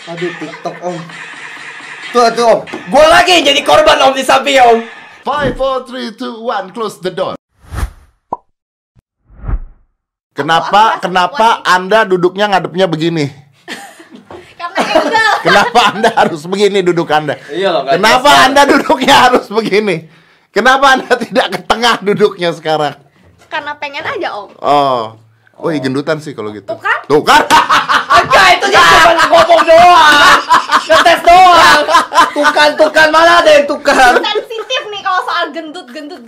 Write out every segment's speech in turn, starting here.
Aduh, TikTok om. Tuh om. Gua lagi jadi korban om di samping om. 5, 4, 3, 2, 1, close the door. Kenapa Anda duduknya ngadepnya begini? Karena angle. Kenapa Anda harus begini duduk Anda? Iya loh. Kenapa Anda duduknya harus begini? Kenapa Anda tidak ke tengah duduknya sekarang? Karena pengen aja om. Oh, iya gendutan sih kalau gitu. Tuh kan? Tuh kan? Enggak, itu dia cuma ngomong doang. Ngetes doang. Tukan malah ada yang tukan. Sensitif nih kalau soal gendut.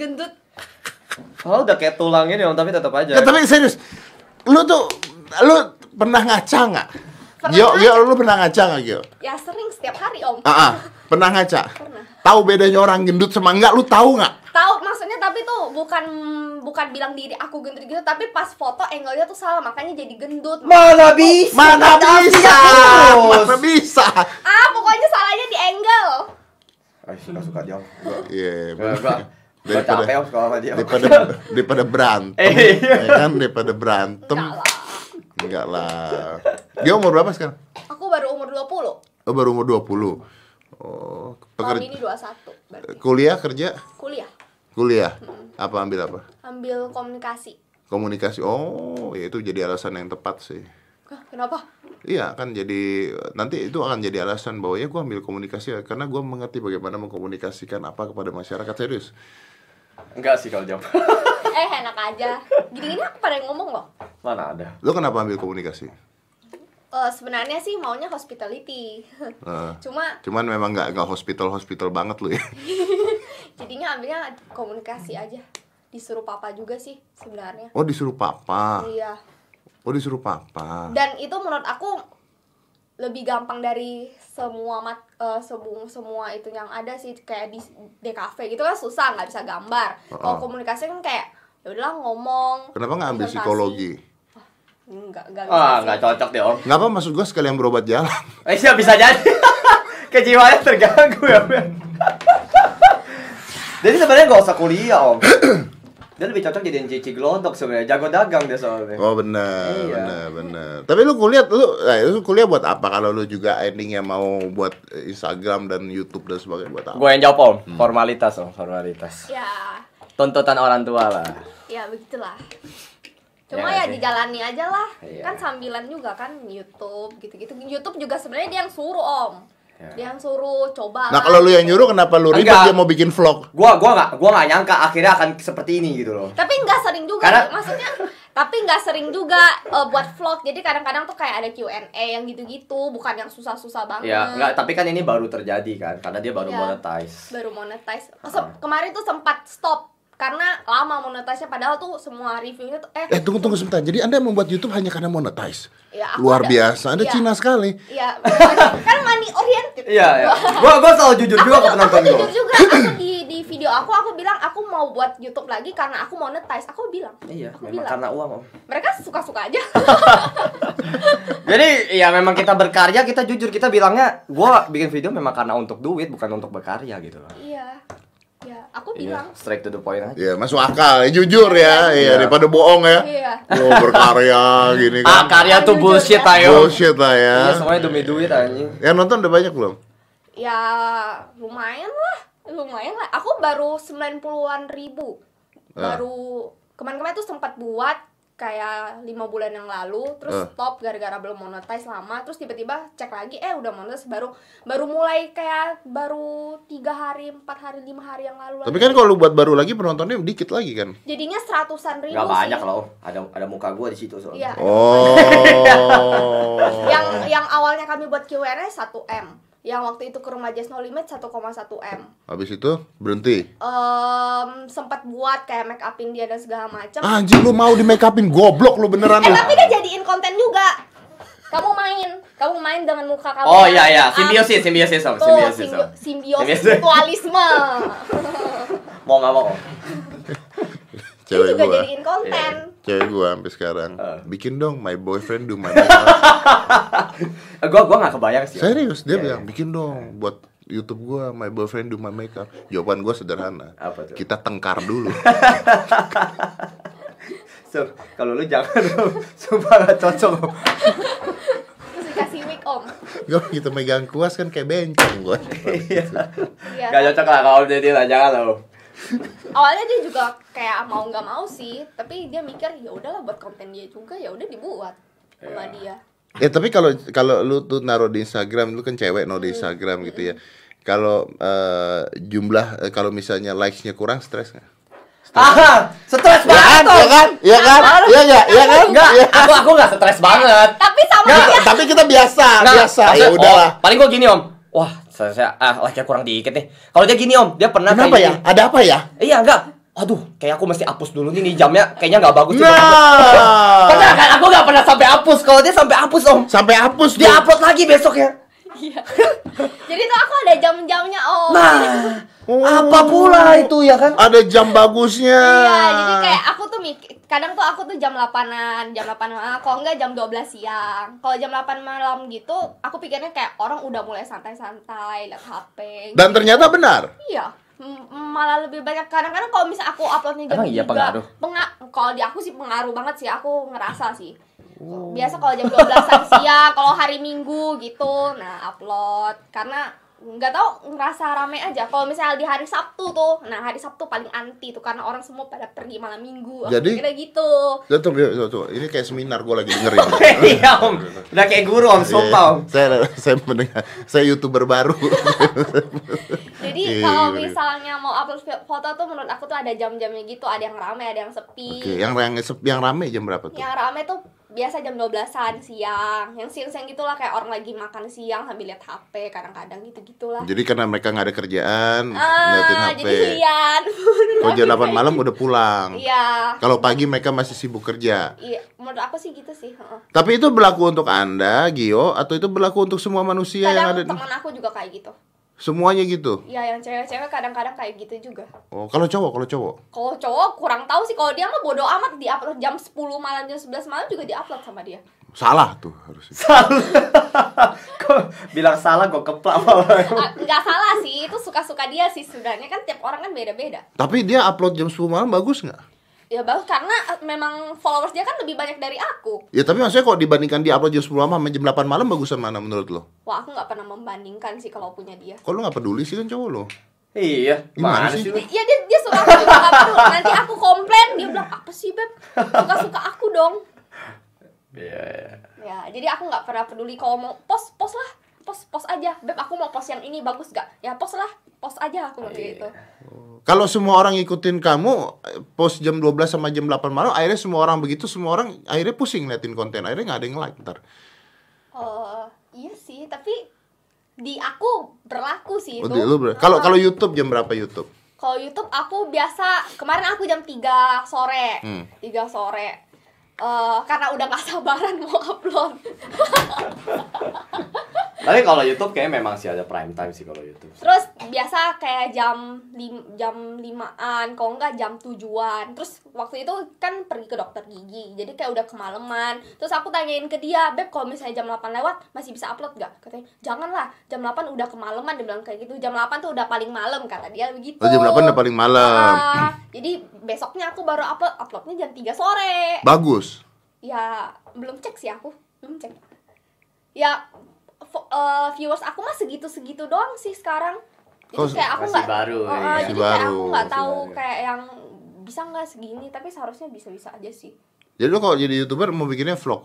Oh, udah kayak tulang ini om, tapi tetap aja. Tapi serius, lu pernah ngaca nggak? Pernah Gio, lu pernah ngaca nggak Gio? Ya sering setiap hari om. Pernah ngaca? Pernah. Tahu bedanya orang gendut sama enggak? Lu tahu nggak? Tahu maksudnya, tapi tuh bukan bilang diri aku gendut gitu, tapi pas foto angle-nya tuh salah, makanya jadi gendut. Mana bisa? Mana Terus. bisa? Pokoknya salahnya di angle. Suka dia om. Iya, Gua capek om kalau sama dia. daripada berantem, ya kan? Daripada berantem. Enggak lah. Dia umur berapa sekarang? Aku baru umur 20. Oh, baru umur 20. Oh, Tahun ini 21 berarti. Kuliah, kerja? Kuliah. Apa ambil apa? Ambil komunikasi. Komunikasi. Oh, ya itu jadi alasan yang tepat sih. Hah, kenapa? Iya, kan jadi nanti itu akan jadi alasan bahwa ya gue ambil komunikasi karena gue mengerti bagaimana mengkomunikasikan apa kepada masyarakat. Serius. Enggak sih kalau jawab. Enak aja. Gini-gini aku pada yang ngomong loh. Mana ada? Lo kenapa ambil komunikasi? Sebenarnya sih maunya hospitality. Cuman memang nggak hospital banget lo ya. jadinya ambilnya komunikasi aja. Disuruh papa juga sih sebenarnya. Oh, disuruh papa. Iya. Oh, disuruh papa. Dan itu menurut aku lebih gampang dari semua semua itu yang ada sih, kayak di DKV gitu kan susah, nggak bisa gambar. Kalau komunikasi kan kayak ya udahlah ngomong. Kenapa nggak ambil presentasi. psikologi? Enggak bisa. Enggak cocok deh om. Nggak apa, maksud gue sekalian berobat jalan. Iya bisa jadi. Kejiwaannya terganggu ya men. Jadi sebenarnya nggak usah kuliah om. Dia lebih cocok jadiin cici glodok sebenarnya, jago dagang dia soalnya. Oh benar, Iya. benar. Tapi lu kuliah buat apa kalau lu juga endingnya mau buat Instagram dan YouTube dan sebagainya, buat apa? Gue yang jawab om, formalitas. Ya, Tuntutan orang tua lah. ya begitulah. Cuma Ya, ya sih. dijalani aja lah. Iya. Kan sambilan juga kan YouTube gitu-gitu. YouTube juga sebenarnya dia yang suruh om. Ya. Dia yang suruh coba. Nah kalau lu yang nyuruh, kenapa lu ribet Enggak. dia mau bikin vlog? Gua nggak nyangka akhirnya akan seperti ini gitu loh. Tapi nggak sering juga, Karena- maksudnya. Tapi nggak sering juga buat vlog. Jadi kadang-kadang tuh kayak ada Q&A yang gitu-gitu, bukan yang susah-susah banget. Ya, enggak, tapi kan ini baru terjadi kan karena dia baru Iya. monetize. Baru monetize. Kemarin tuh sempat stop karena lama monetize-nya, padahal tuh semua reviewnya tuh Tunggu sebentar. Jadi Anda membuat YouTube hanya karena monetize? Ya, aku Luar ada- biasa. Anda iya. Cina sekali. Iya, kan money oriented. Iya. Gua selalu jujur juga ke penonton Aku gua. jujur juga, aku di video aku bilang aku mau buat YouTube lagi karena aku monetize. Aku bilang. Iya, aku memang bilang. karena uang om. Mereka suka-suka aja. Jadi ya memang kita berkarya, kita jujur, kita bilangnya gua bikin video memang karena untuk duit, bukan untuk berkarya gitu loh. Iya. Ya, aku Iya, bilang. straight to the point aja. Ya masuk akal. Jujur ya. Iya, daripada bohong ya. Iya. Oh, berkarya gini kan. Karya tuh Jujur, bullshit ya. ayo. Bullshit lah ya. Iya, semuanya demi duit anjing. Yang nonton udah banyak belum? Ya, lumayan lah. Aku baru 90-an ribu. Baru kemarin-kemarin tuh sempat buat kayak 5 bulan yang lalu, terus stop gara-gara belum monetize lama, terus tiba-tiba cek lagi udah monetize, baru mulai kayak baru 3 hari, 4 hari, 5 hari yang lalu. Tapi kan kalau lu buat baru lagi penontonnya dikit lagi kan. jadinya 100-an ribu Gak sih. banyak loh. Ada muka gua di situ soalnya. Iya. Oh. Yang awalnya kami buat Q&A 1M. Yang waktu itu ke rumah Just No Limit 1,1 M. Habis itu berhenti. Sempat buat kayak make upin dia dan segala macam. Anjing, lu mau di make upin, goblok lu beneran lu. Tapi dia jadiin konten juga. Kamu main dengan muka kamu. Oh yang iya, make up. simbiosis om, Tuh, simbiosis om. simbiosis mutualisme. Mau nggak mau om. Dia Cewek juga gua. jadiin konten. Cewek gua sampai sekarang. Bikin dong my boyfriend do my makeup. Gua nggak kebayang sih. Om. Serius, dia Iya, bilang bikin dong buat YouTube gua my boyfriend do my makeup. Jawaban gua sederhana. Apa tuh? Kita tengkar dulu. So, kalau lu jangan om. Sumpah nggak cocok om. Terus dikasih wig om. Gue gitu megang kuas kan kayak bencong gue. Iya. Gak cocok lah kalau jadi lah, jangan lo. Awalnya dia juga kayak mau nggak mau sih, tapi dia mikir ya udahlah buat konten dia juga, ya udah dibuat sama dia. Ya tapi kalau lu tuh naruh di Instagram, lu kan cewek di Instagram gitu ya. Kalau kalau misalnya likes-nya kurang, stres nggak? Stres Ya banget kan, tuh. ya kan, ya kan, iya nggak, ya kan? Enggak, aku nggak stres banget. Tapi sama Nggak, aja. tapi kita biasa. Maksudnya, Ya udahlah. paling gua gini om. Wah, saya like-nya kurang dikit nih. Kalau dia gini om, dia pernah Kenapa kayak ya? gini. Ada apa ya? Iya enggak. Aduh, kayak aku mesti hapus dulu nih jamnya. Kayaknya nggak bagus. Nah, Pernah kan? Aku nggak pernah sampai hapus. Kalau dia sampai hapus om, sampai hapus dia tuh. upload lagi besoknya. Iya. Jadi tuh aku ada jam-jamnya om. Nah, Oh. apa pula itu ya kan? Ada jam bagusnya. Iya, jadi kayak aku tuh kadang tuh aku tuh jam 8-an, kalau enggak jam 12 siang. Kalau jam 8 malam gitu, aku pikirnya kayak orang udah mulai santai-santai lihat HP. Dan ternyata benar. Iya, malah lebih banyak. Kadang-kadang kalau misal aku uploadnya jam Emang iya 3, pengaruh? kalau di aku sih pengaruh banget sih, aku ngerasa sih. Biasa kalau jam 12-an siang, kalau hari Minggu gitu, nah upload. Karena nggak tahu, ngerasa rame aja. Kalau misalnya di hari Sabtu tuh, nah hari Sabtu paling anti tuh karena orang semua pada pergi malam Minggu. Aku Jadi- mikirnya gitu. Tuh, ini kayak seminar gue lagi dengerin. Iya om, udah kayak guru om, sumpah om. Saya mendengar, saya YouTuber baru. Jadi Iya, kalau iya, iya. misalnya mau upload foto tuh menurut aku tuh ada jam-jamnya gitu, ada yang rame, ada yang sepi. Oke, yang rame jam berapa tuh? Yang rame tuh biasa jam 12-an siang. Yang siang-siang gitulah, kayak orang lagi makan siang sambil lihat HP, kadang-kadang gitu-gitulah. Jadi karena mereka nggak ada kerjaan, ngeliatin HP. Jadi lihat. Kalau jam 8 malam udah pulang. Iya. Kalau pagi mereka masih sibuk kerja. Iya, menurut aku sih gitu sih. Heeh. Tapi itu berlaku untuk Anda, Gio, atau itu berlaku untuk semua manusia yang ada? Kadang teman aku juga kayak gitu. Semuanya gitu. Iya, yang cewek-cewek kadang-kadang kayak gitu juga. Oh, kalau cowok? Kalau cowok kurang tahu sih, kalau dia mah bodo amat, di-upload jam 10 malam, jam 11 malam juga di-upload sama dia. Salah tuh harusnya. Kok bilang salah kok keplak. Nggak salah sih, itu suka-suka dia sih sebenarnya, kan tiap orang kan beda-beda. Tapi dia upload jam 10 malam bagus nggak? Ya bagus, karena memang followers dia kan lebih banyak dari aku. Ya tapi maksudnya kok dibandingkan dia upload jam 10 malam sama jam 8 malam bagusan mana menurut lo? Wah, aku nggak pernah membandingkan sih kalau punya dia. Kok lo nggak peduli sih kan cowok lo? Iya, Gimana gimana sih? sih lu? Ya dia suka aku juga nggak peduli. Nanti aku komplain, dia bilang apa sih beb? Suka-suka aku dong. Iya, iya. Ya, jadi aku nggak pernah peduli, kalau mau post lah, post aja. Beb, aku mau post yang ini, bagus gak? Ya post lah, post aja aku kayak gitu. Kalau semua orang ngikutin kamu post jam 12 sama jam 8 malam, akhirnya semua orang begitu, semua orang akhirnya pusing liatin konten, akhirnya nggak ada yang like ntar. Iya sih, tapi di aku berlaku sih itu. Kalau YouTube jam berapa YouTube? Kalau YouTube aku biasa, kemarin aku jam 3 sore. 3 sore. Karena udah gak sabaran mau upload. Tapi kalau YouTube kayaknya memang sih ada prime time sih kalau YouTube. Terus biasa kayak jam 5-an, kalau enggak jam 7-an. Terus waktu itu kan pergi ke dokter gigi, jadi kayak udah kemalaman. Terus aku tanyain ke dia, Beb, kalau misalnya jam 8 lewat masih bisa upload gak? Katanya, janganlah, jam 8 udah kemalaman. Dia bilang kayak gitu, jam 8 tuh udah paling malam, kata dia begitu. Oh, jam 8 udah paling malam. Jadi besoknya aku baru uploadnya jam 3 sore. Bagus. Ya, belum cek sih aku, belum cek. Ya, viewers aku mah segitu-segitu doang sih sekarang. Jadi kayak aku masih nggak, baru, ya. jadi Masih kayak baru, aku nggak masih tahu baru. kayak yang bisa nggak segini, tapi seharusnya bisa-bisa aja sih. Jadi lo kalau jadi YouTuber mau bikinnya vlog?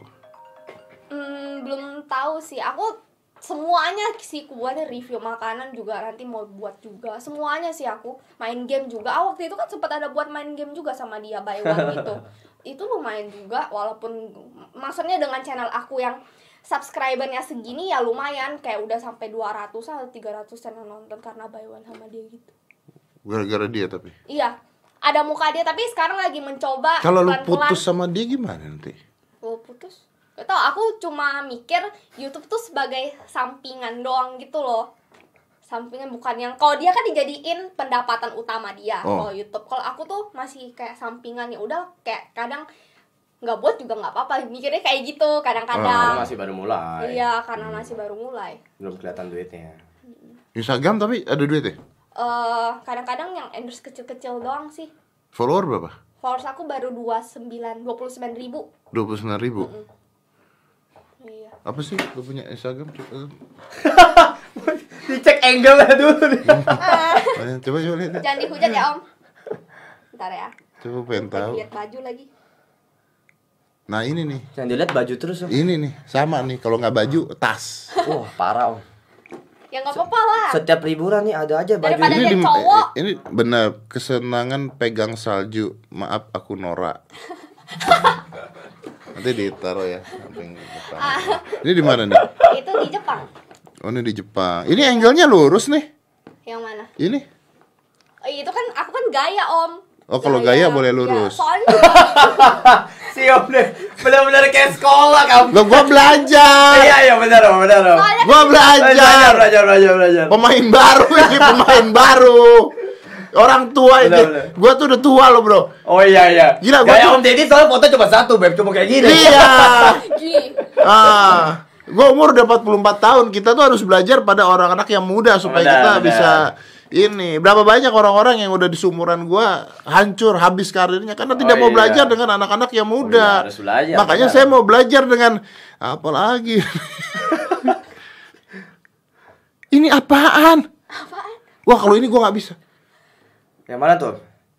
Belum tahu sih. Aku semuanya sih, buatnya review makanan juga nanti mau buat juga. Semuanya sih aku. Main game juga. Waktu itu kan sempat ada buat main game juga sama dia, by one gitu. Itu lumayan juga, walaupun maksudnya dengan channel aku yang subscribernya segini ya lumayan, kayak udah sampai 200 atau 300 yang nonton karena by one sama dia gitu. Gara-gara dia tapi. Iya, ada muka dia, tapi sekarang lagi mencoba Kalau lu pelan-pelan. putus sama dia gimana nanti? Kalau putus, gak tau, aku cuma mikir YouTube tuh sebagai sampingan doang gitu loh. Sampingan, bukan yang, kalau dia kan dijadiin pendapatan utama dia. Kalau YouTube, kalau aku tuh masih kayak sampingan, ya udah kayak kadang nggak buat juga nggak apa-apa, mikirnya kayak gitu kadang-kadang. Karena masih baru mulai. Iya, karena masih baru mulai. Belum kelihatan duitnya. Instagram tapi ada duit ya? Kadang-kadang yang endorse kecil-kecil doang sih. Follower berapa? Followers aku baru 29.000. 29.000. Iya. Apa sih lu punya Instagram? Dicek angle-nya dulu nih. Coba lihat. Jangan dihujat ya Om. Bentar ya. Coba pengen tahu. Lihat baju lagi. Nah ini nih. Jangan dilihat baju terus Om. Ini nih sama nih. Kalau nggak baju tas. Wah, parah Om. Ya nggak apa-apa lah. Setiap liburan nih ada aja baju. Daripada Ini dia cowok. ini benar kesenangan pegang salju. Maaf aku norak. Nanti ditaruh ya samping depan. Ini di mana nih? Itu di Jepang. Oh ini di Jepang. Ini angle-nya lurus nih. Yang mana? Ini. Itu kan aku kan gaya Om. Oh kalau gaya boleh lurus. Ya, soalnya juga Si Om deh. Benar-benar kayak sekolah kamu. Loh, gua belajar. Iya benar Om, benar Om. soalnya Gua belajar. Belajar. Pemain baru ini, pemain baru. Orang tua ini. Benar. Gua tuh udah tua loh, Bro. Oh iya. Gila, gua Gaya tuh- Om Deddy soalnya foto cuma satu, Beb. Cuma kayak gini. Iya. Gi. Gua umur udah 44 tahun. Kita tuh harus belajar pada orang anak yang muda supaya Benar, kita benar. bisa ini. Berapa banyak orang-orang yang udah di sumuran gua hancur habis karirnya karena tidak mau iya. belajar dengan anak-anak yang muda. Iya, harus belajar, Makanya benar. saya mau belajar dengan apa lagi? Ini apaan? Wah, kalau ini gua nggak bisa. Yang mana tuh?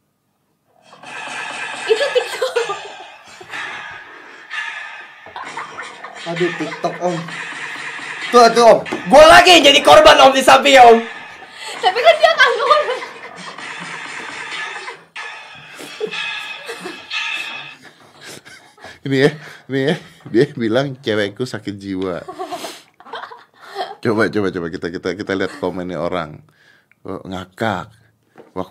Itu TikTok. Aduh, TikTok Om. Tuh Om. Gua lagi jadi korban Om di samping Om. Tapi kan dia kan ngomong. Ini ya, dia bilang cewekku sakit jiwa. Coba kita lihat komennya orang. Oh, ngakak. Wak.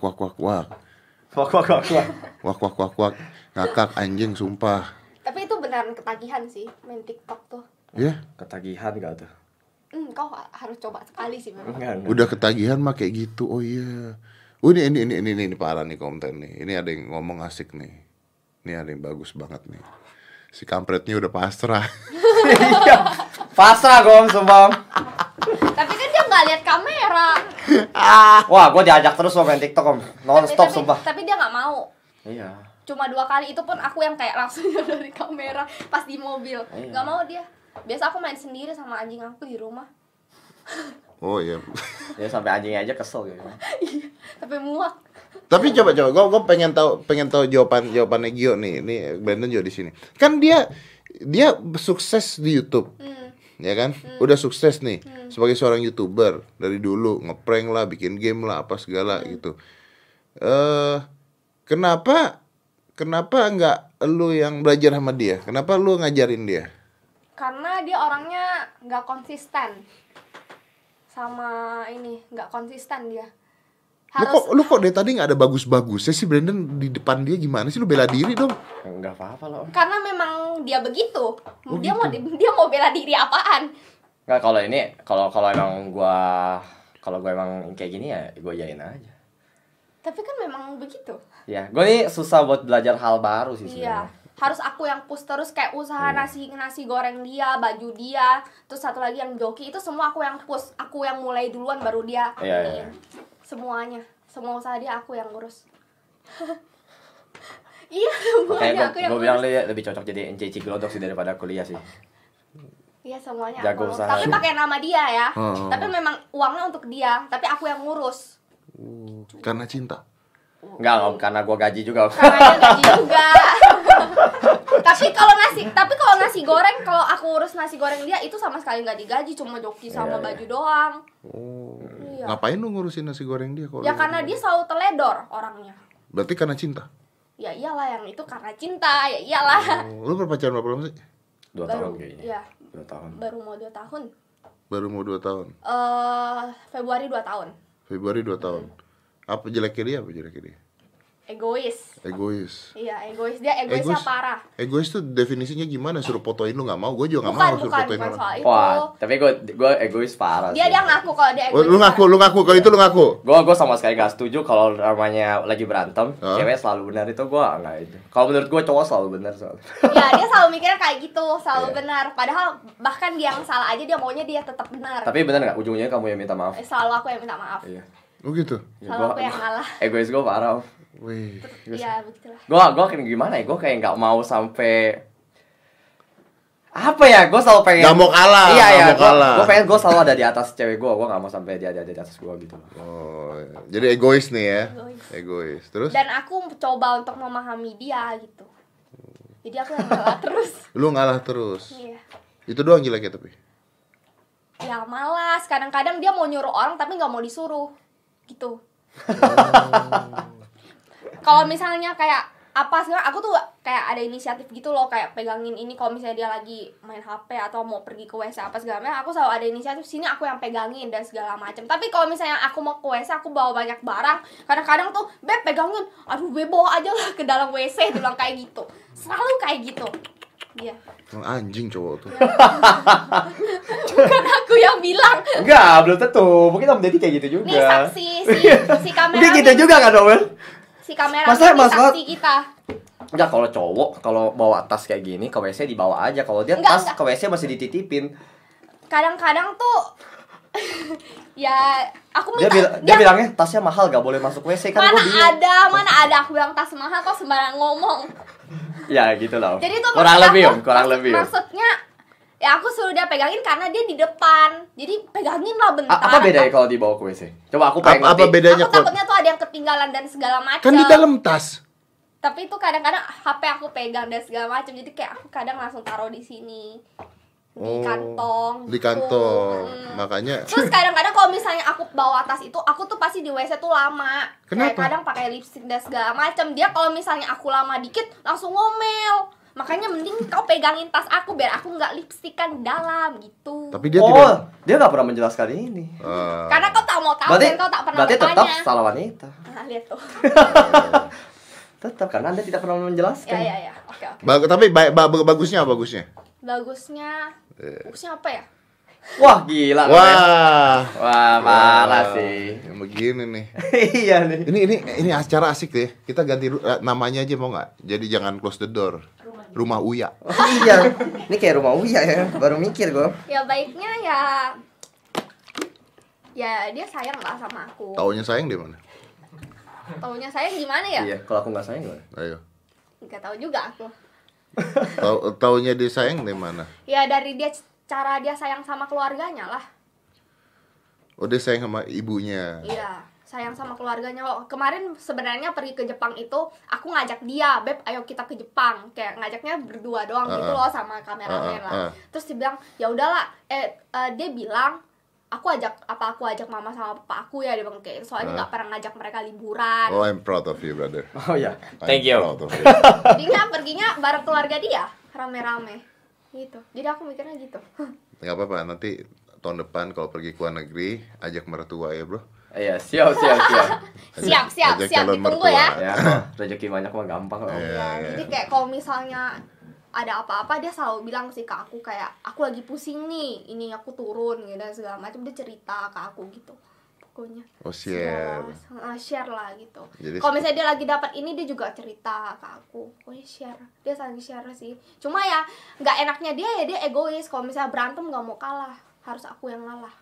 Wak. Ngakak anjing sumpah. Tapi itu beneran ketagihan sih main TikTok tuh. Ya, Ketagihan gak tuh? Kau harus coba sekali sih memang. Enggak. udah ketagihan mah kayak gitu. Oh iya. Oh ini parah nih konten nih. Ini ada yang ngomong asik nih. Ini ada yang bagus banget nih. Si kampretnya udah pasrah. Iya. Pasrah gua Om, sumpah Om. Tapi kan dia nggak lihat kamera. Wah, gua diajak terus Om main TikTok Om. Non-stop Tapi- sumpah. Tapi dia nggak mau. Iya. Cuma 2 kali itu pun aku yang kayak langsung dari kamera pas di mobil. Iya. Nggak mau dia. Biasa aku main sendiri sama anjing aku di rumah. Oh iya. Ya sampai anjingnya aja kesel gitu. Tapi muak. Tapi coba gue pengen tahu jawabannya Gio nih. Ini Brandon juga di sini. Kan dia sukses di YouTube. Ya kan? Udah sukses nih sebagai seorang YouTuber dari dulu, ngeprank lah, bikin game lah, apa segala gitu. Kenapa nggak lu yang belajar sama dia? Kenapa lu ngajarin dia? Karena dia orangnya nggak konsisten. Sama ini, nggak konsisten dia. Lu kok dari tadi nggak ada bagus-bagusnya sih Brandon di depan dia, gimana sih? Lu bela diri dong. Enggak apa-apa loh Om. Karena memang dia begitu. Oh, dia gitu. dia mau bela diri apaan? Enggak, kalau emang gua emang kayak gini ya gua iyain aja. Tapi kan memang begitu. Ya, gua nih susah buat belajar hal baru sih Iya. sebenarnya. Harus aku yang push terus kayak usaha nasi goreng dia, baju dia, terus satu lagi yang joki itu semua aku yang push, aku yang mulai duluan baru dia. Iya, iniin. iya. Semuanya, semua usaha dia aku yang ngurus. Iya, Makanya semuanya aku yang gua bilang ngurus. lebih cocok jadi NCC Glodok sih daripada kuliah sih. Iya, semuanya Jago aku. usaha. Tapi pakai nama dia ya. Oh. Tapi memang uangnya untuk dia, tapi aku yang ngurus. Karena cinta. Enggak Om, karena gua gaji juga Om. Karena dia gaji juga. tapi kalau nasi goreng, kalau aku urus nasi goreng dia itu sama sekali nggak digaji, cuma joki sama Iya, iya. baju doang. Oh. Iya. Ngapain lu ngurusin nasi goreng dia kalau? Ya karena dia selalu teledor orangnya. Berarti karena cinta. Ya iyalah, yang itu karena cinta, ya iyalah. Oh, lu berpacaran berapa lama sih? 2 tahun kayaknya. Iya, 2 tahun. baru mau 2 tahun. Baru mau 2 tahun. Februari 2 tahun. Februari 2 tahun. Apa jeleknya dia? Egois. Egois. Iya, egois. Dia egoisnya parah. Egois tuh definisinya gimana? Suruh fotoin lu nggak mau, gue juga nggak mau suruh fotoin Bukan orang. soal itu. Wah, tapi gua egois parah. Dia sih. ngaku kalau dia Oh, egois. lu ngaku kalau itu lu ngaku. Gua sama sekali gak setuju kalau namanya lagi berantem, Hah? cewek selalu benar itu gua enggak itu. Kalau menurut gua cowok selalu benar soalnya. Ya, dia selalu mikirnya kayak gitu, selalu Iya. benar. Padahal bahkan dia yang salah aja dia maunya dia tetap benar. Tapi benar enggak ujungnya kamu yang minta maaf? Selalu aku yang minta maaf. Iya. Oh gitu. Ya, Selalu aku yang ngalah. egois gua parah. Om. Wih. Iya, begitulah. Gua kayak gimana ya? Gua kayak nggak mau sampai Apa ya? Gue selalu pengen. Gak mau kalah. Iya iya. Gak mau kalah. Gue pengen gue selalu ada di atas cewek gue. Gue nggak mau sampai dia ada di atas gue gitu. Oh, iya. Jadi egois nih ya. Egois. Terus? Dan aku coba untuk memahami dia gitu. Jadi aku yang ngalah terus. Lu ngalah terus. Iya. Itu doang jeleknya tapi. Ya malas. Kadang-kadang dia mau nyuruh orang tapi nggak mau disuruh. Gitu. Kalau misalnya kayak apa sih, aku tuh kayak ada inisiatif gitu loh, kayak pegangin ini kalau misalnya dia lagi main HP atau mau pergi ke WC apa segala macam, aku selalu ada inisiatif, sini aku yang pegangin dan segala macam. Tapi kalau misalnya aku mau ke WC, aku bawa banyak barang, kadang-kadang tuh Beb pegangin, aduh Beb bawa aja lah ke dalam WC, dia bilang kayak gitu, selalu kayak gitu. Iya. Anjing cowok tuh. Bukan aku yang bilang. Enggak, belum tentu. Mungkin Om Deddy kayak gitu juga. Nih saksi si kamera. Mungkin gitu juga kan, Om? Si kamera Masa ini Mas saksi kita. Enggak, kalau cowok kalau bawa tas kayak gini ke WC dibawa aja. Kalau dia Enggak, tas ke WC masih dititipin. Kadang-kadang tuh ya aku Dia, minta dia bilangnya tasnya mahal, gak boleh masuk WC kan. mana ada aku bilang tas mahal kok sembarang ngomong. Ya gitu lah. Jadi tuh kurang maksud lebih aku- Om, kurang lebih Om. Maksudnya ya aku suruh dia pegangin karena dia di depan. Jadi pegangin lah bentar. Apa bedanya kalau dibawa ke WC? Coba aku pengen Apa ngerti. bedanya Aku kalau takutnya tuh ada yang ketinggalan dan segala macam. kan di dalam tas? Tapi itu kadang-kadang HP aku pegang dan segala macam. Jadi kayak aku kadang langsung taruh di sini. Di kantong. Di gitu. kantong. Mm. Makanya Terus kadang-kadang kalau misalnya aku bawa tas itu, aku tuh pasti di WC tuh lama. Kayak Kenapa? kadang pakai lipstick dan segala macam. Dia kalau misalnya aku lama dikit langsung ngomel. Makanya mending kau pegangin tas aku biar aku nggak lipstikan di dalam gitu. tapi dia Oh, tidak dia gak pernah menjelaskan ini. Karena kau tak mau tahu Berarti, dan kau tak pernah berarti bertanya. tetap salah wanita. Nah, lihat tuh. Tetap karena Anda tidak pernah menjelaskan. Ya. Oke. Tapi bagusnya apa bagusnya? Bagusnya apa ya? Wah, gila. Wah. Wah, parah sih. Yang begini nih. Iya nih. Ini acara asik deh. Kita ganti namanya aja mau nggak? Jadi jangan close the door. Rumah Uya. Oh, iya. Ini kayak rumah Uya ya. Baru mikir gue. Ya baiknya ya dia sayang lah sama aku. Taunya sayang di mana? Taunya sayang gimana ya? Iya, kalau aku nggak sayang gimana? Ayo. Nggak tahu juga aku. Taunya dia sayang di mana? Ya dari cara dia sayang sama keluarganya lah. Oh, dia sayang sama ibunya. Iya, sayang sama keluarganya. Kemarin sebenarnya pergi ke Jepang itu aku ngajak dia, Beb, ayo kita ke Jepang. Kayak ngajaknya berdua doang gitu loh sama kameramen lah. Terus dia bilang, "Ya udahlah." Dia bilang, aku ajak mama sama papa aku ya, dia bilang kayak soalnya nggak pernah ngajak mereka liburan. Oh, I'm proud of you, brother. Oh ya, I'm thank you. proud of you. Jadinya perginya bareng keluarga dia, rame-rame. Gitu. Jadi aku mikirnya gitu. Nggak apa-apa, nanti tahun depan kalau pergi ke luar negeri, ajak mertua ya, bro. Iya, siap. Siap, Ajak calon ditunggu mertua. ya. Ya, rezeki banyak mah gampang loh. Ya, jadi kayak kalau misalnya ada apa-apa dia selalu bilang sih ke aku kayak aku lagi pusing nih, ini aku turun gitu dan segala macam, dia cerita ke aku gitu. Pokoknya. Oh, share. Share lah gitu. Jadi- Kalau misalnya dia lagi dapat ini dia juga cerita ke aku. Pokoknya share. Dia saling share sih. Cuma ya nggak enaknya dia ya dia egois. Kalau misalnya berantem nggak mau kalah, harus aku yang ngalah.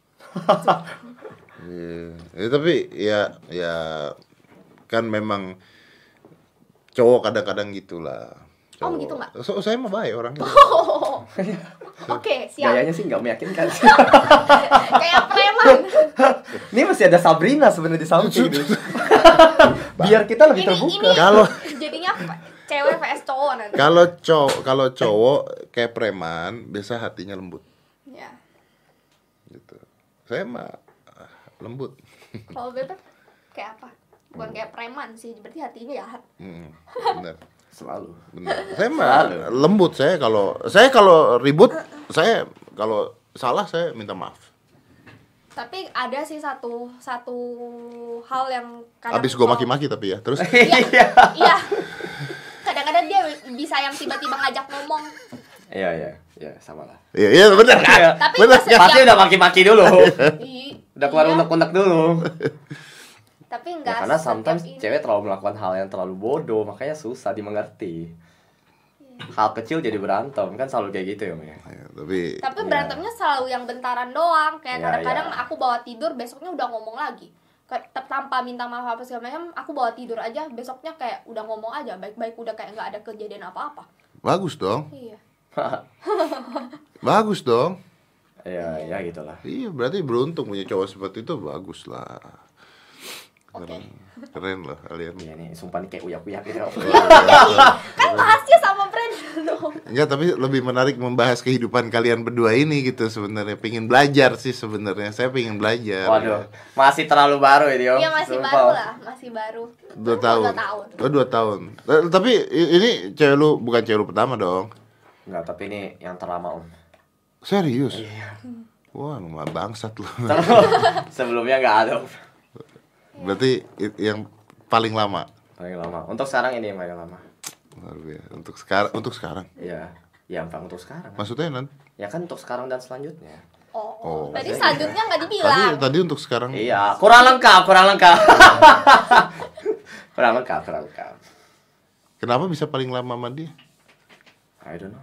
Iya. Tapi ya kan memang cowok kadang-kadang gitulah. Oh, Cowok. gitu nggak? Saya mah baik orangnya. Oke, siap. Gayanya sih nggak meyakinkan. Kayak preman. Ini masih ada Sabrina sebenarnya di samping. Biar kita lebih terbuka. Kalau Jadinya cewek vs cowok nanti. kalau cowok kayak preman, biasa hatinya lembut Ya. gitu. Saya mah lembut. Kalau bebek kayak apa? Bukan kayak preman sih, berarti hatinya jahat. Benar. Selalu. Benar. Saya mah lembut, saya kalau ribut, saya kalau salah saya minta maaf. Tapi ada sih satu hal yang kadang Habis gua maki-maki tapi ya. Terus Iya. Kadang-kadang dia bisa yang tiba-tiba ngajak ngomong. Iya, sama lah. iya benar kan? Iya. Tapi Benar nggak kan? Pasti udah maki-maki dulu. Udah keluar Iya. unek-unek dulu. Tapi Ya, enggak karena setiap sometimes ini. cewek terlalu melakukan hal yang terlalu bodoh, makanya susah dimengerti. Hal kecil jadi berantem, kan selalu kayak gitu ya, Mia. Ya, tapi Tapi berantemnya selalu yang bentaran doang. Kayak Iya, kadang-kadang iya. aku bawa tidur, besoknya udah ngomong lagi. Tanpa minta maaf apa segala macam, aku bawa tidur aja, besoknya kayak udah ngomong aja, baik-baik, udah kayak nggak ada kejadian apa-apa. bagus dong. Iya. Bagus dong. Ya gitulah. Iya, berarti beruntung punya cowok seperti itu, bagus lah. Oke. Keren loh kalian. Iya nih, sumpah nih kayak uyak-uyak gitu. Kan bahasnya sama Brandon. Enggak, tapi lebih menarik membahas kehidupan kalian berdua ini gitu sebenarnya. Pengen belajar sih sebenarnya. Saya pengen belajar. Waduh, masih terlalu baru ini Om. Iya masih Sumpah, baru Om. lah, masih baru. 2 tahun. 2 tahun. Oh, 2 tahun. Tapi ini cewek lu bukan cewek lu pertama dong. Enggak, tapi ini yang terlama Om. Serius? Iya. Wah, lu mah bangsat lu. Sebelumnya nggak ada Om. Berarti yang paling lama. Paling lama. Untuk sekarang ini yang paling lama. Luar biasa. Untuk sekarang. Iya. Ya, Bang, untuk sekarang. Maksudnya Nan? Ya kan untuk sekarang dan selanjutnya. Oh. Tadi selanjutnya nggak dibilang. Tadi untuk sekarang. Iya, kurang lengkap. kurang lengkap. Kenapa bisa paling lama sama dia? I don't know.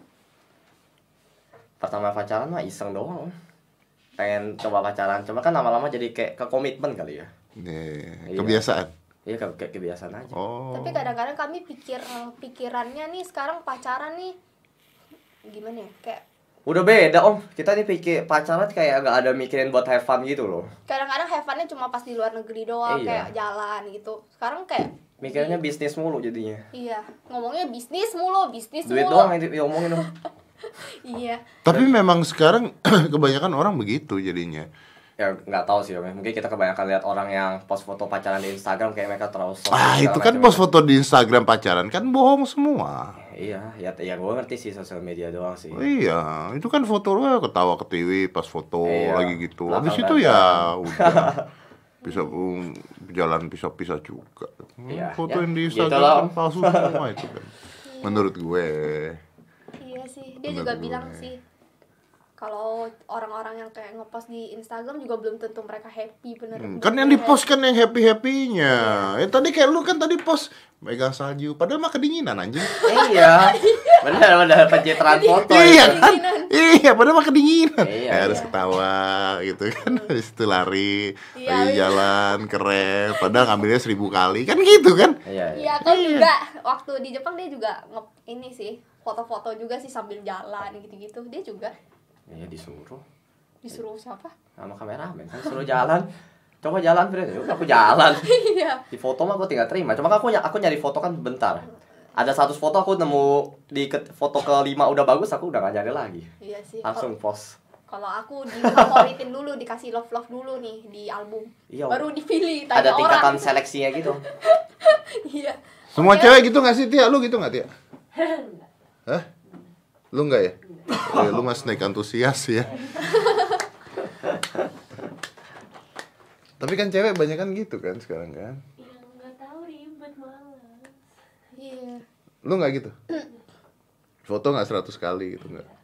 Pertama pacaran mah iseng doang Om. Pengen coba pacaran, cuma kan lama-lama jadi kayak ke komitmen kali ya. Nih, Iya. kebiasaan. Iya, kayak kebiasaan aja. Oh. Tapi kadang-kadang kami pikirannya nih sekarang pacaran nih gimana ya? Kayak Udah beda Om. Kita nih pikir pacaran kayak gak ada mikirin buat have fun gitu loh. kadang-kadang have fun-nya cuma pas di luar negeri doang, Iya. kayak jalan gitu. Sekarang kayak Mikirnya bisnis mulu jadinya. iya, ngomongnya bisnis mulu. Duit doang yang diomongin Om. Iya. Tapi memang sekarang kebanyakan orang begitu jadinya. Ya nggak tahu sih Om. Mungkin kita kebanyakan lihat orang yang post foto pacaran di Instagram kayak mereka terlalu soft. Itu kan post foto di Instagram pacaran kan bohong semua. Iya, ya gue ngerti sih sosial media doang sih. Iya, itu kan foto lu ketawa ke TV pas foto Iya. lagi gitu. Belakang Habis itu dandan. ya udah bisa jalan pisah-pisah juga. Iya, Foto ya, yang di gitu Instagram lah, kan Om. palsu semua itu kan. Menurut gue. Iya sih, dia Bener juga gue. bilang sih kalau orang-orang yang kayak ngepost di Instagram juga belum tentu mereka happy bener. Kan yang di-post kan yang happy-happynya. Ya tadi kayak lu kan tadi post megang salju, padahal mah kedinginan anjing. Iya, benar pencitraan foto. Iya itu. kan? Iya, padahal mah kedinginan. Iya, Ya, harus iya. ketawa gitu kan. Habis itu lari, Iya, lagi iya. jalan keren, padahal ngambilnya 1000 kali. Kan gitu kan? Iya, Iya, kalau juga waktu di Jepang dia juga ini sih foto-foto juga sih sambil jalan gitu-gitu. Dia juga Iya disuruh disuruh siapa? sama kameramen kan suruh jalan. Coba jalan, Fred. Yaudah, aku jalan. Iya. Di foto mah aku tinggal terima. Cuma aku nyari foto kan bentar. Ada 100 foto aku nemu di foto kelima udah bagus, aku udah gak nyari lagi. Iya sih. Langsung post. Kalau aku difavoritin dulu, dikasih love dulu nih di album. Iya, Baru dipilih tanya Ada tingkatan orang. seleksinya gitu. Iya. Semua Oke. cewek gitu gak sih, Tia? Lu gitu gak, Tia? Hah? Lu enggak ya? Lu mah snake antusias ya. Tapi kan cewek banyak kan gitu kan sekarang kan? Ya nggak tahu, ribet malas. Iya. Lu nggak gitu? Foto nggak 100 kali gitu nggak?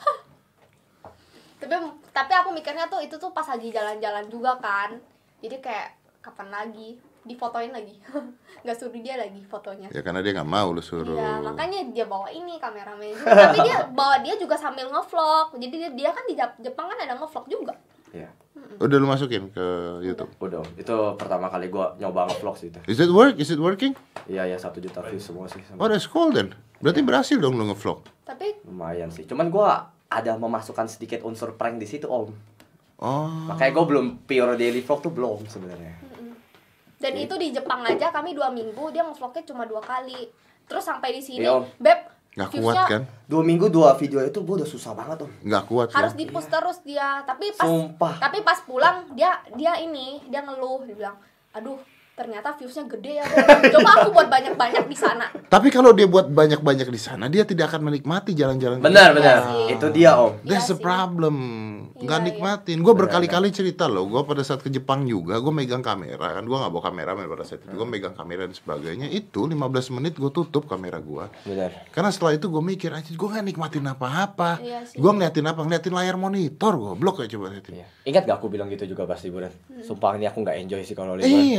Tapi aku mikirnya tuh itu tuh pas lagi jalan-jalan juga kan. Jadi kayak kapan lagi difotoin lagi. Nggak suruh dia lagi fotonya. Ya karena dia nggak mau lu suruh. Iya, makanya dia bawa ini kameramen juga. Tapi dia juga sambil ngevlog. Jadi dia kan di Jepang kan ada ngevlog juga. Iya. Udah lu masukin ke YouTube? Udah. Itu pertama kali gua nyoba nge-vlog sih itu. Is it work? Is it working? Iya, 1 juta views semua sih. Oh, that's cool then. Berarti berhasil dong lu nge-vlog. Tapi Lumayan sih. Cuman gua ada memasukkan sedikit unsur prank di situ, Om. Oh. Makanya gua belum pure daily vlog tuh belum sebenarnya. dan itu di Jepang aja kami 2 minggu dia ngevlognya cuma 2 kali. Terus sampai di sini, Iya, Om. Beb, Nggak kuat views-nya kan? 2 minggu 2 video itu gua udah susah banget, Om. Nggak kuat harus kan? di-post terus dia. Tapi Sumpah. pas pulang dia ngeluh, dia bilang, "Aduh, ternyata views-nya gede ya. Beb. Coba aku buat banyak-banyak di sana." Tapi kalau dia buat banyak-banyak di sana, dia tidak akan menikmati jalan-jalan. Benar, ke benar. sana. sih. Itu dia, Om. That's Iya the sih. problem. Nggak Iya, nikmatin. Gue Benar, berkali-kali cerita loh. Gue pada saat ke Jepang juga, gue megang kamera kan. Gue nggak bawa kamera pada saat itu. Gue megang kamera dan sebagainya. Itu 15 menit gue tutup kamera gue. Benar. Karena setelah itu gue mikir, aja gue nggak nikmatin apa-apa. Iya sih. Gue ngeliatin apa? Ngeliatin layar monitor. Gue blok ya coba liatin. Iya. Ingat gak aku bilang gitu juga pas liburan? Sumpah ini aku nggak enjoy sih kalau liburan. Iya. Apa-apa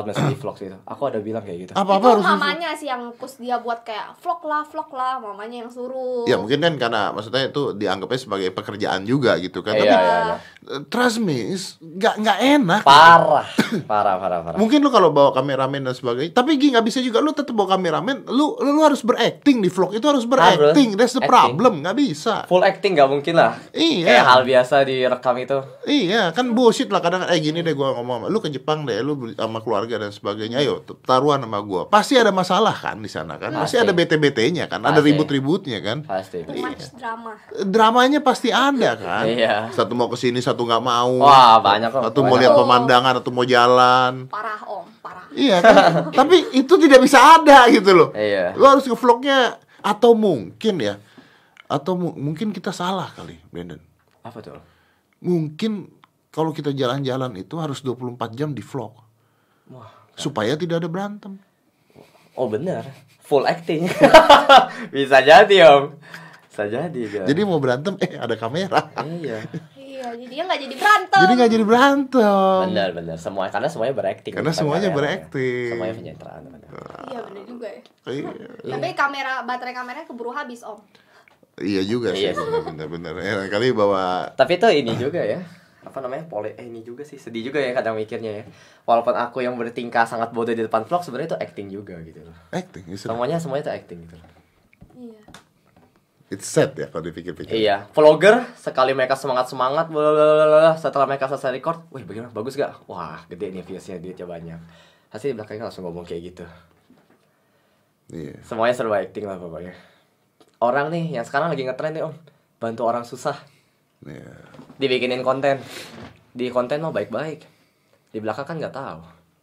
banget di vlog itu. Aku ada bilang kayak gitu. Apa-apa Itu harus mamanya sih yang push dia buat kayak vlog lah, mamanya yang suruh. Ya mungkin kan karena maksudnya itu dianggapnya sebagai pekerjaan juga gitu kan. Tapi Iya. trust me, nggak enak. Parah. Mungkin lu kalau bawa kameramen dan sebagainya, tapi nggak bisa juga lu tetap bawa kameramen. Lu harus berakting di vlog itu harus berakting. That's the Acting. problem, nggak bisa. Full acting nggak mungkin lah. Iya. Kayak hal biasa direkam itu. Iya, kan bullshit lah kadang gini deh gua ngomong, lu ke Jepang deh, lu sama keluarga dan sebagainya, ayo taruhan sama gua. Pasti ada masalah kan di sana kan? Pasti Pasti. ada bete-betenya kan, ada Pasti. ribut-ributnya kan? Pasti. Too much drama. Dramanya pasti ada kan? Iya. Satu mau ke sini, satu nggak mau. Wah, banyak kok. Satu mau Banyak. lihat pemandangan, atau mau jalan. Parah om, parah. Iya kan? Tapi itu tidak bisa ada gitu loh. Iya. Lu harus nge-vlognya, atau mungkin ya, atau mungkin kita salah kali, Brandon. Apa tuh? Mungkin kalau kita jalan-jalan itu harus 24 jam di vlog. Wah. Supaya tidak ada berantem. Oh benar. Full acting. Bisa jadi om. Bisa jadi. Dia. Jadi mau berantem, ada kamera. Iya. Iya, jadinya nggak jadi berantem. Jadi nggak jadi berantem. Benar. Karena semuanya berakting. Karena bukan semuanya kamera. berakting. Semuanya pencitraan. Benar. Iya bener juga ya. Iya. Tapi baterai kameranya keburu habis om. Iya juga sih, Iya sih. benar-benar. Kali bawa. Tapi itu ini juga ya. Apa namanya? Ini juga sih. Sedih juga ya kadang mikirnya ya. Walaupun aku yang bertingkah sangat bodoh di depan vlog, sebenarnya itu acting juga gitu loh. Acting, Semuanya itu acting gitu. Iya. it's sad ya kalau dipikir-pikir. Iya, vlogger sekali mereka semangat blablabla, setelah mereka selesai record, wih bagaimana, bagus gak? Wah, gede nih viewsnya, duitnya banyak. Pasti di belakangnya langsung ngomong kayak gitu. Iya. Semuanya serba acting lah pokoknya. Orang nih yang sekarang lagi ngetrend nih om, bantu orang susah, Iya. dibikinin konten. Di konten mah baik-baik, di belakang kan nggak tahu.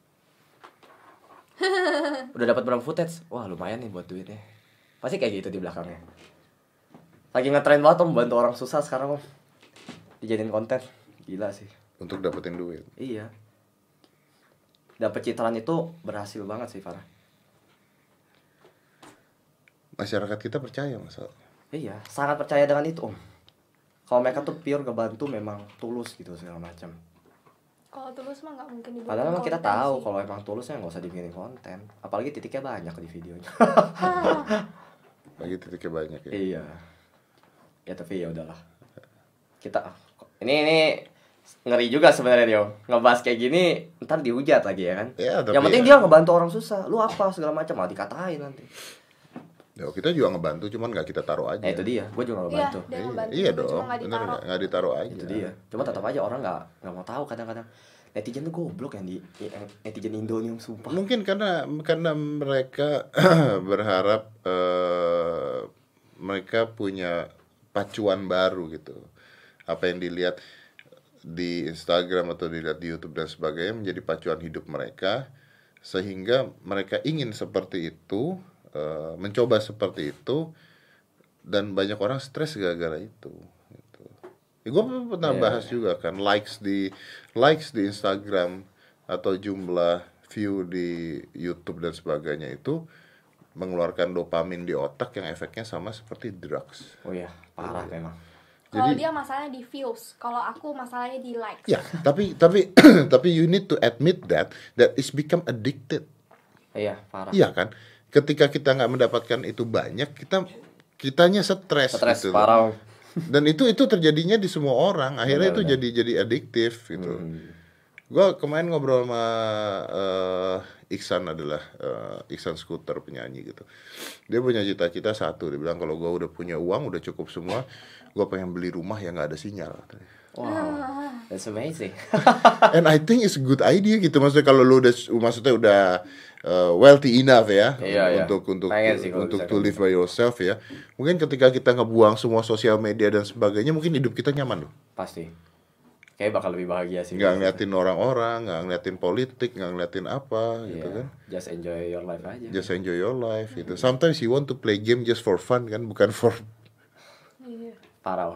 Udah dapat berapa footage? Wah lumayan nih buat duitnya. Pasti kayak gitu di belakangnya. Lagi ngetrend banget om, bantu orang susah sekarang om, dijadiin konten. Gila sih. Untuk dapetin duit. Iya. Dapat citraan itu berhasil banget sih Farah. Masyarakat kita percaya masalah. Iya, sangat percaya dengan itu om. Kalau mereka tuh pure ngebantu, memang tulus gitu segala macam. Kalau tulus mah nggak mungkin dibuat Padahal emang kita konten tahu sih. kalau emang tulusnya nggak usah dibikinin konten. Apalagi titiknya banyak di videonya. Lagi titiknya banyak ya. Iya. Ya tapi ya udahlah. Kita ini ngeri juga sebenarnya dia. Ngebahas kayak gini ntar dihujat lagi ya kan. Ya, tapi yang penting ya. dia ngebantu orang susah. Lu apa segala macam malah dikatain nanti. Ya, kita juga ngebantu, cuman nggak kita taruh aja. Nah itu dia, gue juga Iya, ngebantu. dia ngebantu Iya juga, dong, cuma nggak bener ditaruh. nggak ditaruh aja. Itu dia. Cuma tetap aja orang nggak mau tahu kadang-kadang. Netizen tuh goblok yang netizen Indo nih sumpah. Mungkin karena mereka berharap mereka punya pacuan baru gitu. Apa yang dilihat di Instagram atau dilihat di YouTube dan sebagainya menjadi pacuan hidup mereka, sehingga mereka ingin seperti itu, mencoba seperti itu, dan banyak orang stres gara-gara itu. Gitu. Ya, gue pernah bahas juga kan, likes di Instagram atau jumlah view di YouTube dan sebagainya itu mengeluarkan dopamin di otak yang efeknya sama seperti drugs. Oh iya, parah memang. Kalau Jadi- dia masalahnya di views, kalau aku masalahnya di likes. Ya, tapi tapi you need to admit that it's become addicted. Iya, parah. Iya kan? Ketika kita nggak mendapatkan itu banyak, kitanya stres Stres gitu. parah. Dan itu terjadinya di semua orang. Akhirnya itu jadi adiktif gitu. Gua kemarin ngobrol sama Iksan adalah Iksan Scooter, penyanyi gitu. Dia punya cita-cita satu. Dia bilang kalau gua udah punya uang, udah cukup semua, gua pengen beli rumah yang nggak ada sinyal. Wow, that's amazing. And I think it's a good idea gitu. Maksudnya kalau lu udah wealthy enough ya, Iya. untuk Pengen sih kalau bisa to kayak live by yourself ya. Mungkin ketika kita ngebuang semua sosial media dan sebagainya, mungkin hidup kita nyaman loh. Pasti. Kayak bakal lebih bahagia sih. Nggak ngeliatin orang-orang, nggak ngeliatin politik, nggak ngeliatin apa Iya, gitu kan. just enjoy your life aja. Just enjoy your life gitu. Sometimes you want to play game just for fun kan, bukan for Iya. Parah.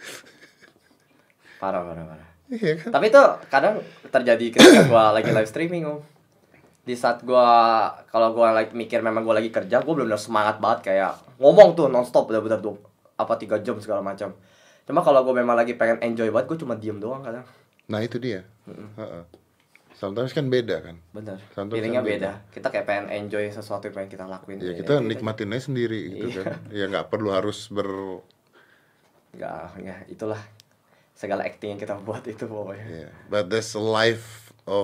Parah. iya kan. Tapi itu kadang terjadi ketika gua lagi live streaming om. Di saat kalau gua lagi mikir memang gua lagi kerja, gua benar-benar semangat banget kayak ngomong tuh nonstop benar-benar tuh 3 jam segala macam. Cuma kalau gua memang lagi pengen enjoy banget, gua cuma diem doang kadang. Nah itu dia. Heeh. Sometimes kan beda kan. Bener. Sometimes Feelingnya kan beda. Kita kayak pengen enjoy sesuatu yang pengen kita lakuin. Ya kita nikmatinnya sendiri gitu kan. Ya nggak perlu harus Enggak, itulah segala acting yang kita buat itu pokoknya. Yeah. But that's a life of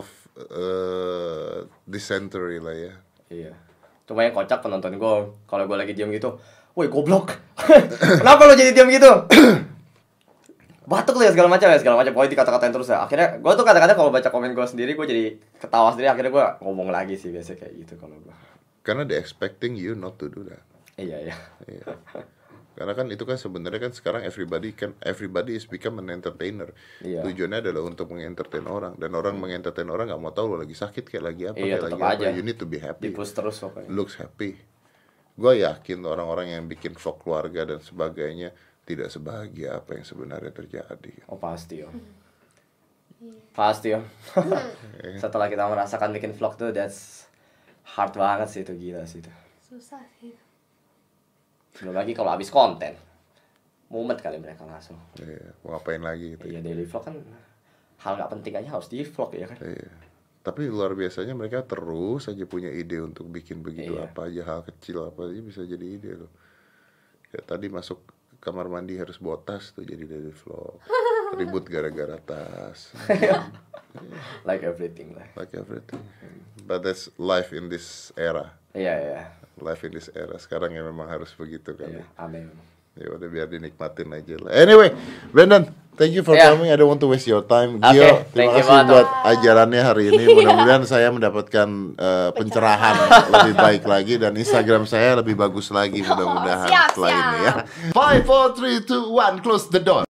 dysentery lah ya. Iya. Cuma yang kocak penonton gue, kalau gue lagi diam gitu, woi goblok, kenapa lo jadi diam gitu? Batuk tuh ya segala macam. Pokoknya dikata-katain terus ya. Akhirnya gue tuh kadang-kadang kalau baca komen gue sendiri, gue jadi ketawa sendiri. Akhirnya gue ngomong lagi sih biasanya kayak gitu kalau gue. Karena they expecting you not to do that. Iya. Iya. Karena kan itu kan sebenarnya kan sekarang everybody is become an entertainer. Iya. Tujuannya adalah untuk mengentertain orang, dan orang mengentertain orang nggak mau tahu lo lagi sakit kayak lagi apa, Iya, kayak tetap lagi aja. apa. You need to be happy. Dipus terus pokoknya. Looks happy. Gue yakin orang-orang yang bikin vlog keluarga dan sebagainya tidak sebahagia apa yang sebenarnya terjadi. Oh pasti om. Pasti om. Setelah kita merasakan bikin vlog tuh, that's hard banget sih itu, gila sih itu. Susah sih. Belum lagi kalau habis konten, mumet kali mereka langsung. Iya, mau ngapain lagi gitu. Iya, daily vlog kan hal nggak penting aja harus di vlog ya kan. Iya. Tapi luar biasanya mereka terus aja punya ide untuk bikin begitu, Iya. apa aja hal kecil apa aja bisa jadi ide loh. Ya tadi masuk kamar mandi harus bawa tas tuh jadi dari vlog. Ribut gara-gara tas. Like everything lah. Like everything. But that's life in this era. Iya. Life in this era sekarang ya memang harus begitu kan. Iya, amin. Ya udah biar dinikmatin aja lah. Anyway, Brandon, thank you for Yeah. coming. I don't want to waste your time. Okay, Gio, thank terima you kasih banget. buat ajarannya hari ini. Mudah-mudahan saya mendapatkan pencerahan lebih baik lagi, dan Instagram saya lebih bagus lagi mudah-mudahan Siap, setelah siap. ini ya. 5, 4, 3, 2, 1, close the door.